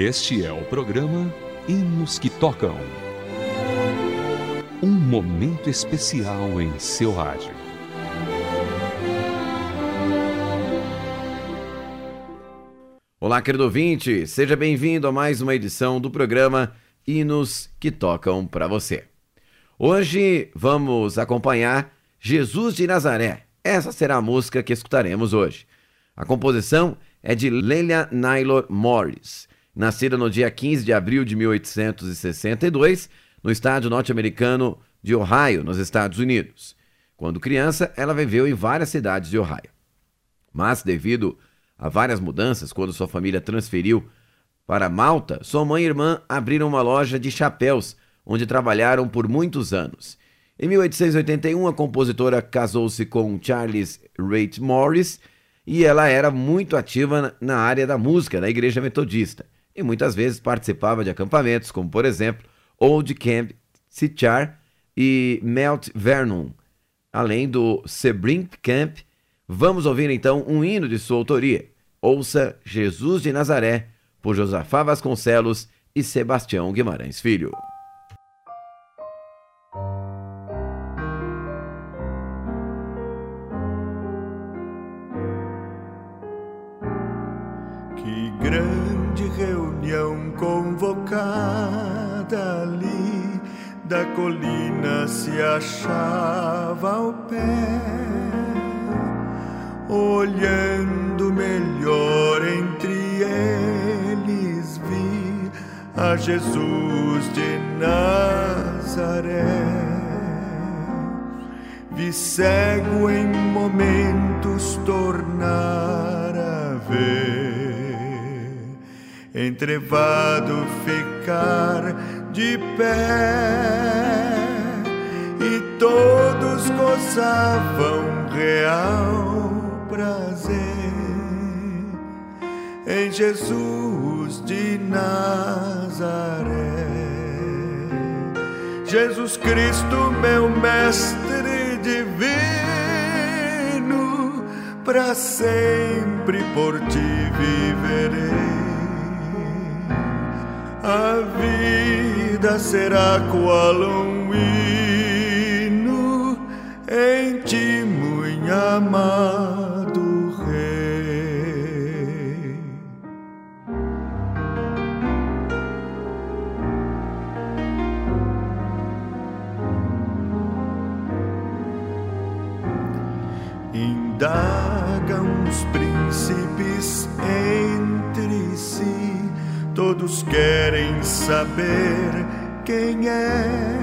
Este é o programa Hinos que Tocam. Um momento especial em seu rádio. Olá, querido ouvinte, seja bem-vindo a mais uma edição do programa Hinos que Tocam para você. Hoje vamos acompanhar Jesus de Nazaré. Essa será a música que escutaremos hoje. A composição é de Leila Naylor Morris, nascida no dia 15 de abril de 1862, no estado norte-americano de Ohio, nos Estados Unidos. Quando criança, ela viveu em várias cidades de Ohio. Mas, devido a várias mudanças, quando sua família transferiu para Malta, sua mãe e irmã abriram uma loja de chapéus, onde trabalharam por muitos anos. Em 1881, a compositora casou-se com Charles Rate Morris e ela era muito ativa na área da música da Igreja Metodista e muitas vezes participava de acampamentos, como, por exemplo, Old Camp Sichar e Mount Vernon, além do Sebring Camp. Vamos ouvir então um hino de sua autoria. Ouça Jesus de Nazaré, por Josafá Vasconcelos e Sebastião Guimarães Filho. Que grande reunião convocada ali da colina se achava ao pé, olhando melhor entre eles vi a Jesus de Nazaré. Vi cego em momentos tornar a ver, entrevado ficar de pé, e todos gozavam real prazer em Jesus de Nazaré. Jesus Cristo, meu mestre divino, para sempre por ti viverei. A vida será qual um hino em ti, muito amado Rei. Indagam os príncipes entre si, todos querem saber quem é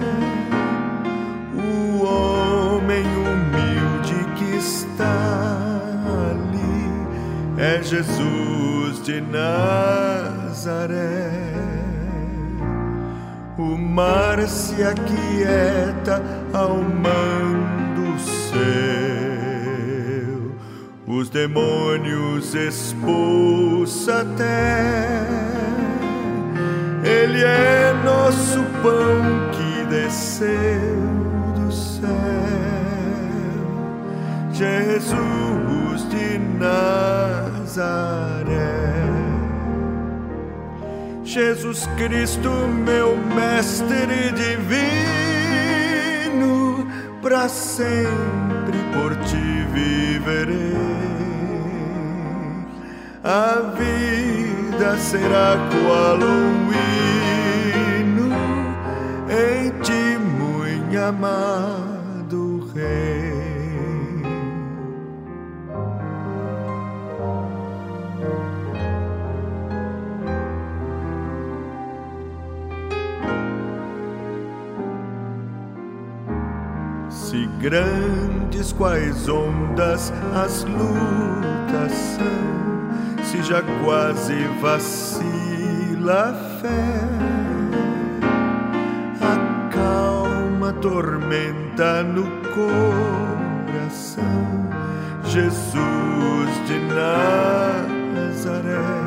o homem humilde que está ali. É Jesus de Nazaré. O mar se aquieta ao mando seu, os demônios expulsa até. Ele é nosso pão que desceu do céu, Jesus de Nazaré. Jesus Cristo, meu mestre divino, para sempre por ti viverei. A vida será qual um hino em ti, muito amado Rei. Se grandes quais ondas as lutas são, se já quase vacila a fé, acalma a tormenta no coração, Jesus de Nazaré.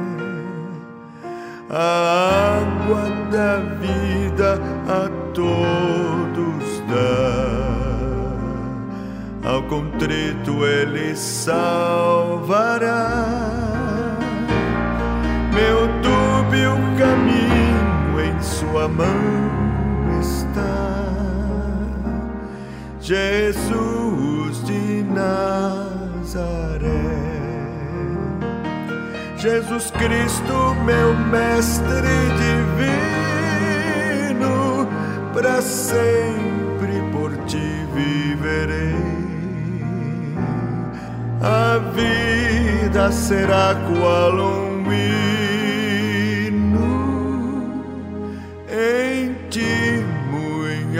A água da vida a todos dá, ao contrito ele salvará. Meu Jesus de Nazaré. Jesus Cristo, meu mestre divino, para sempre por ti viverei. A vida será qual um hino em ti, muito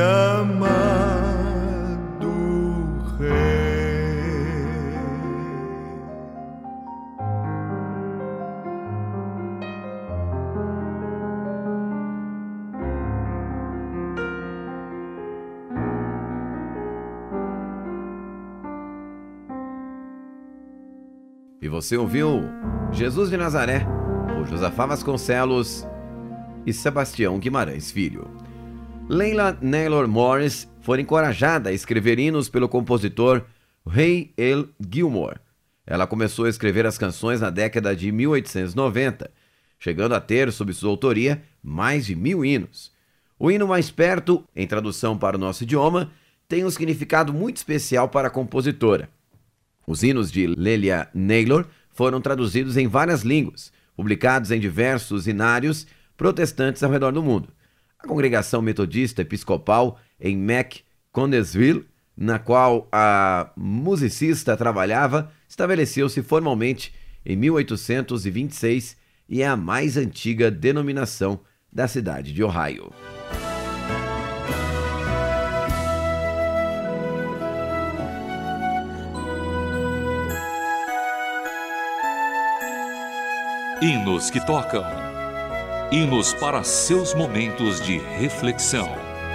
amado Rei. E você ouviu Jesus de Nazaré, por Josafá Vasconcelos e Sebastião Guimarães Filho. Leila Naylor Morris foi encorajada a escrever hinos pelo compositor Ray L. Gilmore. Ela começou a escrever as canções na década de 1890, chegando a ter, sob sua autoria, mais de 1000 hinos. O hino Mais Perto, em tradução para o nosso idioma, tem um significado muito especial para a compositora. Os hinos de Leila Naylor foram traduzidos em várias línguas, publicados em diversos hinários protestantes ao redor do mundo. A congregação metodista episcopal em McConnelsville, na qual a musicista trabalhava, estabeleceu-se formalmente em 1826 e é a mais antiga denominação da cidade de Ohio. Hinos que tocam. Hinos para seus momentos de reflexão.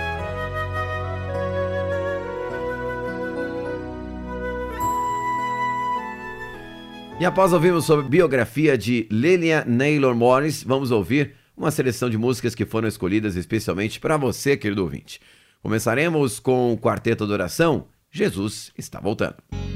E após ouvirmos sobre a biografia de Leila Naylor Morris, vamos ouvir uma seleção de músicas que foram escolhidas especialmente para você, querido ouvinte. Começaremos com o Quarteto de Oração, Jesus está voltando.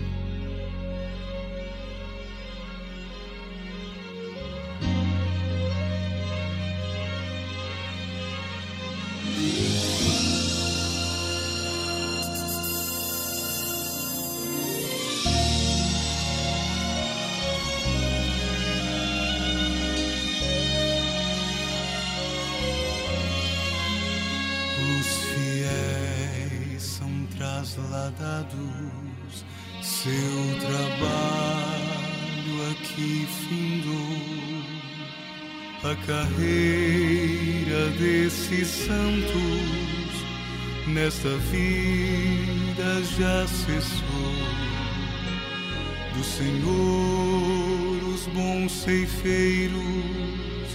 Trasladados, seu trabalho aqui findou, a carreira desses santos nesta vida já cessou. Do Senhor os bons ceifeiros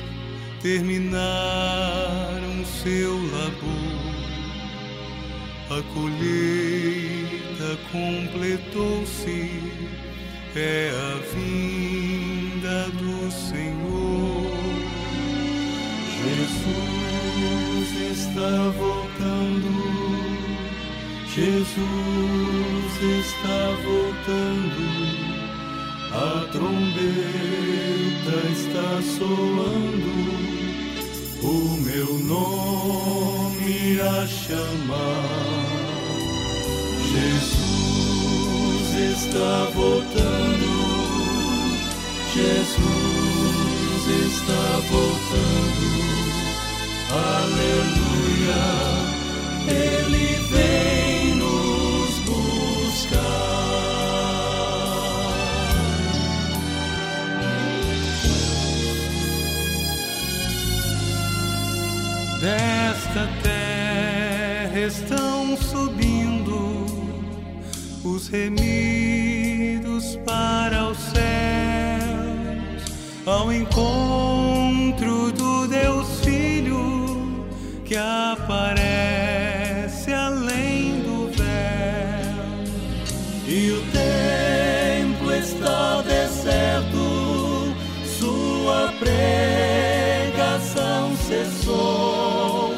terminaram seu labor. A colheita completou-se, é a vinda do Senhor. Jesus está voltando, Jesus está voltando, a trombeta está soando, o meu nome a chamar. Jesus está voltando, Jesus está voltando, aleluia, Ele vem nos buscar. Desta terra estão subindo os remidos para os céus, ao encontro do Deus Filho que aparece além do véu. E o templo está deserto, sua pregação cessou,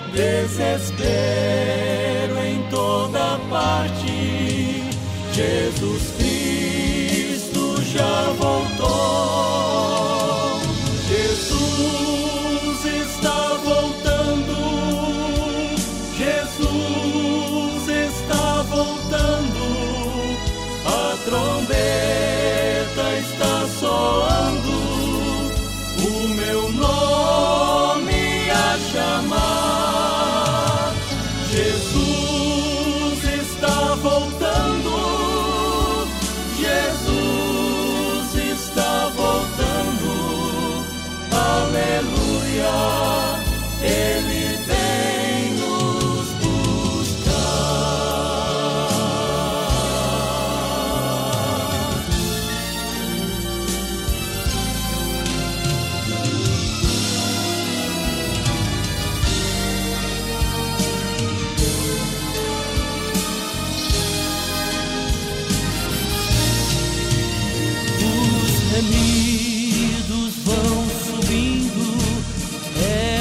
desespero em toda parte. Jesus Cristo já voltou. Jesus está voltando. Jesus está voltando.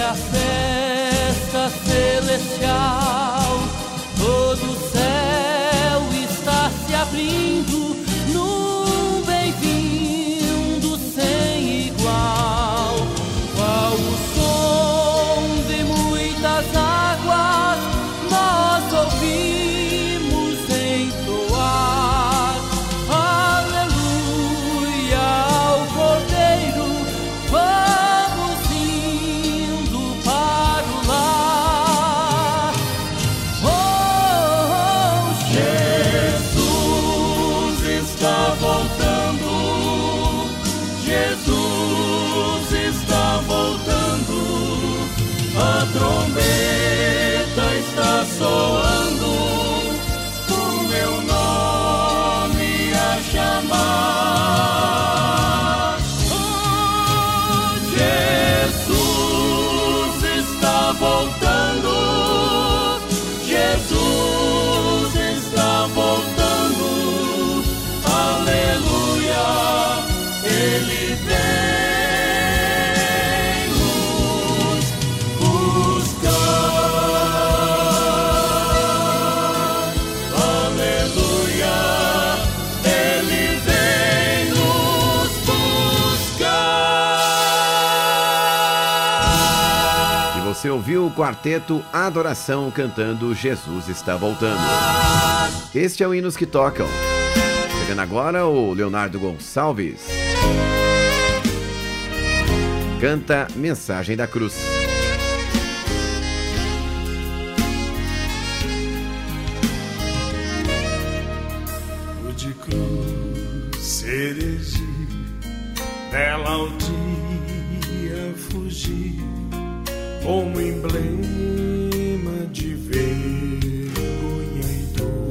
a festa celestial, todo o céu está se abrindo num bem-vindo sem igual. Qual o som de muitas águas nós ouvimos entoar. Aleluia ao Cordeiro, vamos indo para o lar. Oh, Jesus está voltando, Jesus está voltando, a trombeta está soando, o meu nome a chamar. Oh, Jesus está voltando, Jesus está voltando, aleluia, Ele vem nos buscar. Aleluia, Ele vem nos buscar. E você ouviu o quarteto Adoração cantando Jesus está voltando. Este é o Hinos que Tocam. Chegando agora o Leonardo Gonçalves. Canta Mensagem da Cruz. O de cruz erigir, dela ao dia fugir, como emblema de vergonha e dor.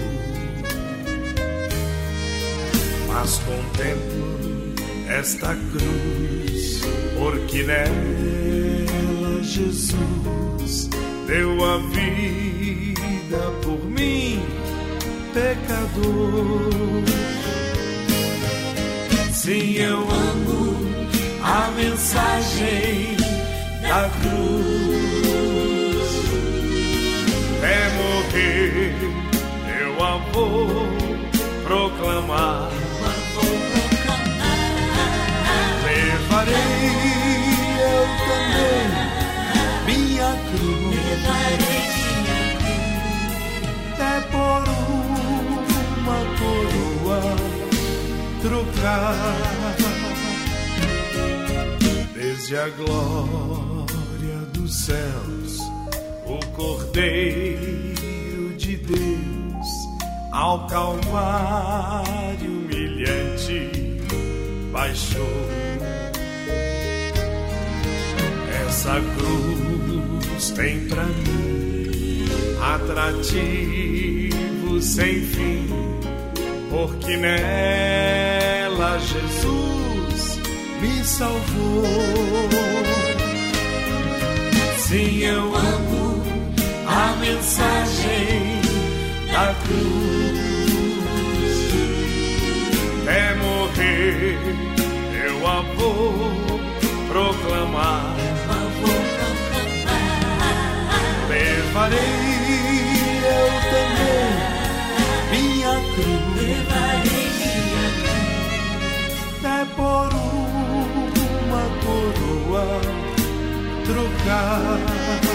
Mas contemplo esta cruz, porque nela Jesus deu a vida por mim, pecador. Sim, eu amo a mensagem da cruz. É morrer, eu a vou proclamar. Levarei eu também minha cruz, é por uma coroa trocar. Desde a glória dos céus, o Cordeiro de Deus ao Calvário humilhante baixou. Essa cruz tem pra mim atrativo sem fim, porque nela Jesus me salvou. Sim, eu amo a mensagem da cruz. É morrer, eu a vou proclamar. Levarei eu também minha cruz, é por uma coroa trocar.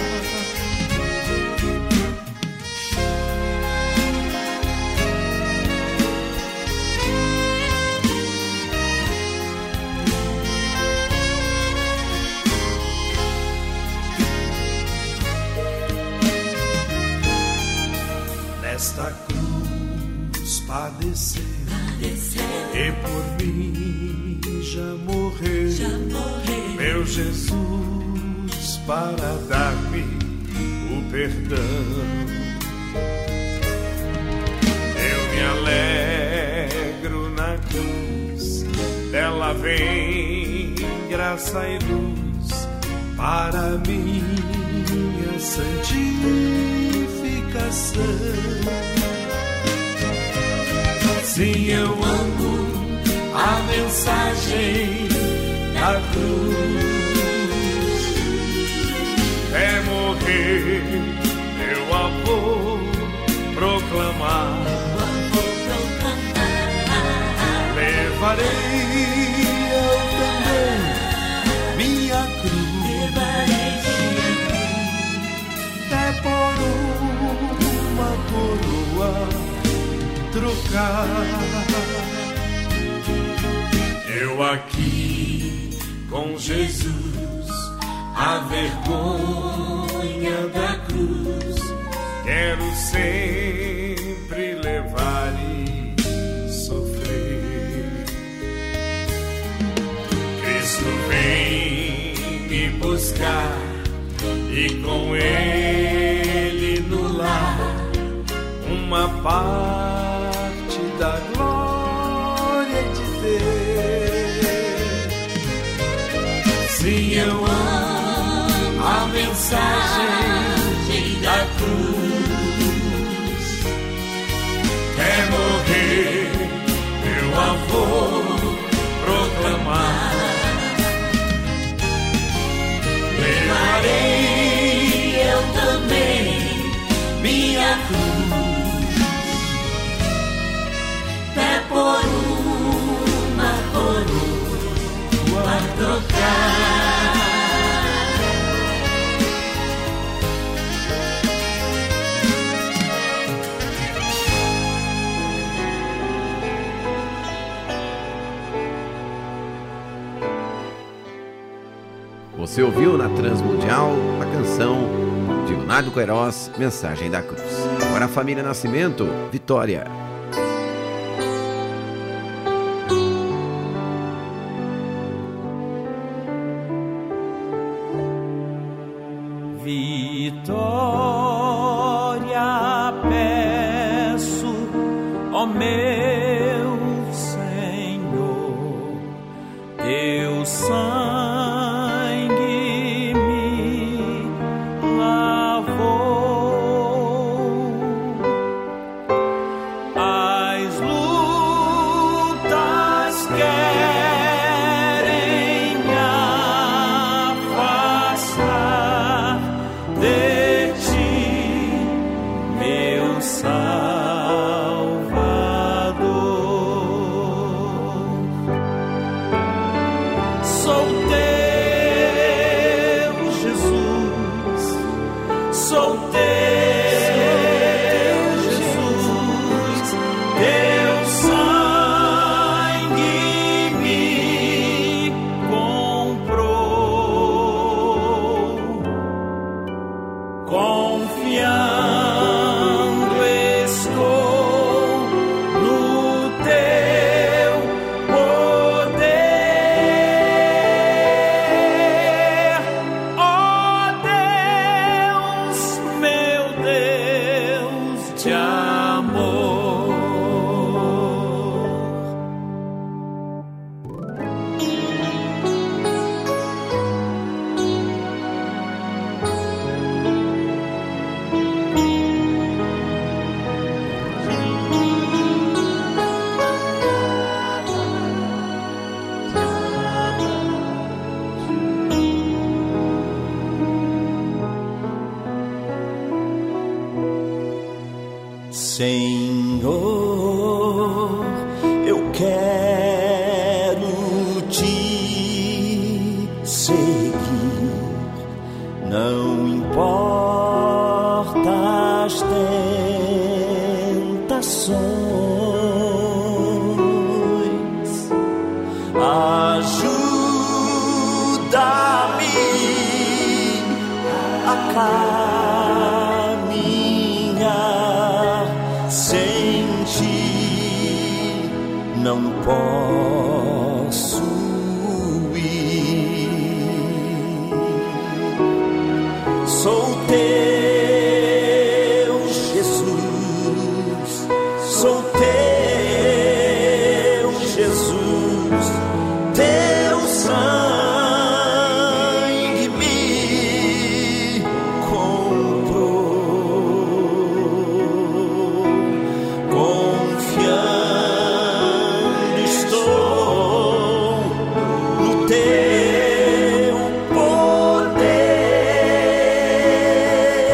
Nesta cruz padeceu e por mim já morreu, meu Jesus, para dar-me o perdão. Eu me alegro na cruz, dela vem graça e luz para minha santificação. Sim, eu amo a mensagem da cruz. Eu aqui com Jesus, a vergonha da cruz, quero sempre levar e sofrer. Cristo vem me buscar e com Ele no lar uma parte da glória de ter. Se eu amo a mensagem da cruz, é morrer, eu a vou proclamar. Levarei eu também minha cruz, até por uma coroa trocar. Você ouviu na Transmundial a canção de Leonardo Queiroz, Mensagem da Cruz. Agora a família Nascimento, Vitória. Vitória peço, ó meu Senhor, teu sangue me lavou. As lutas querem me afastar de ti, meu Salvador. Sou teu, Jesus, sou teu, Jesus, teu sangue me comprou. Confiando estou no teu poder, ó Deus, meu Deus de amor. Senhor, eu quero te seguir, não importa as tentações, ajuda-me a caminhar sem ti, não posso ir. Sou teu, Jesus, sou teu, Jesus, teu sangue me comprou. Confiando estou no teu poder,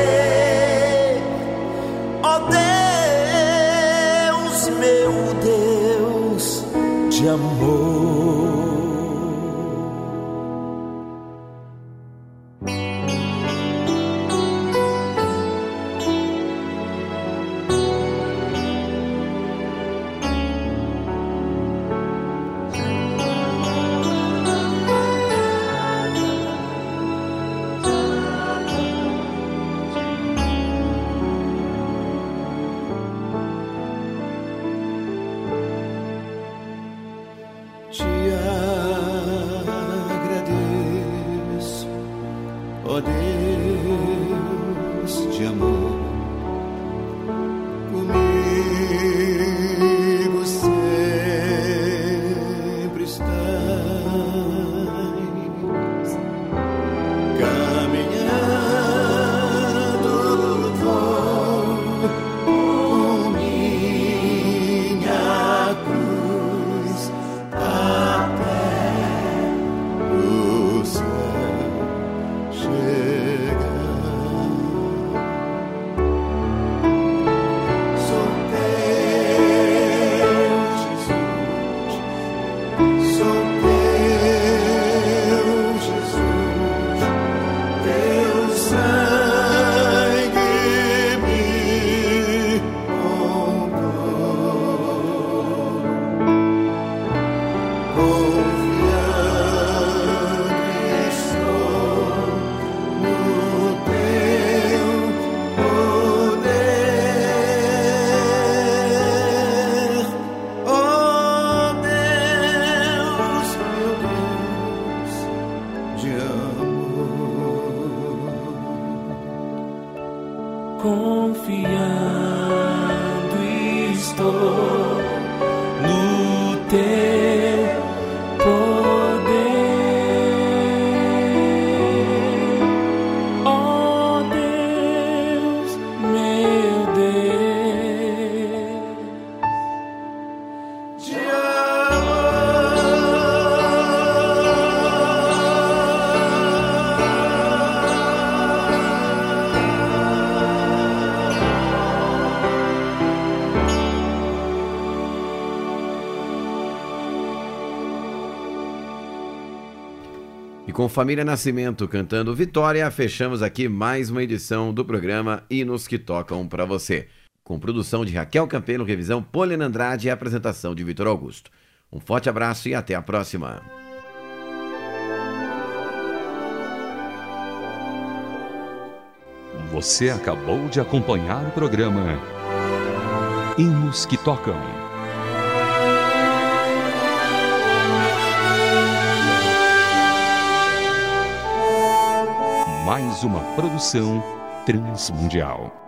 confiando estou no teu poder, ó Deus, meu Deus, te E com Família Nascimento cantando Vitória, fechamos aqui mais uma edição do programa Hinos que Tocam para você. Com produção de Raquel Campelo, revisão Poliana Andrade e apresentação de Vitor Augusto. Um forte abraço e até a próxima. Você acabou de acompanhar o programa Hinos que Tocam. Mais uma produção transmundial.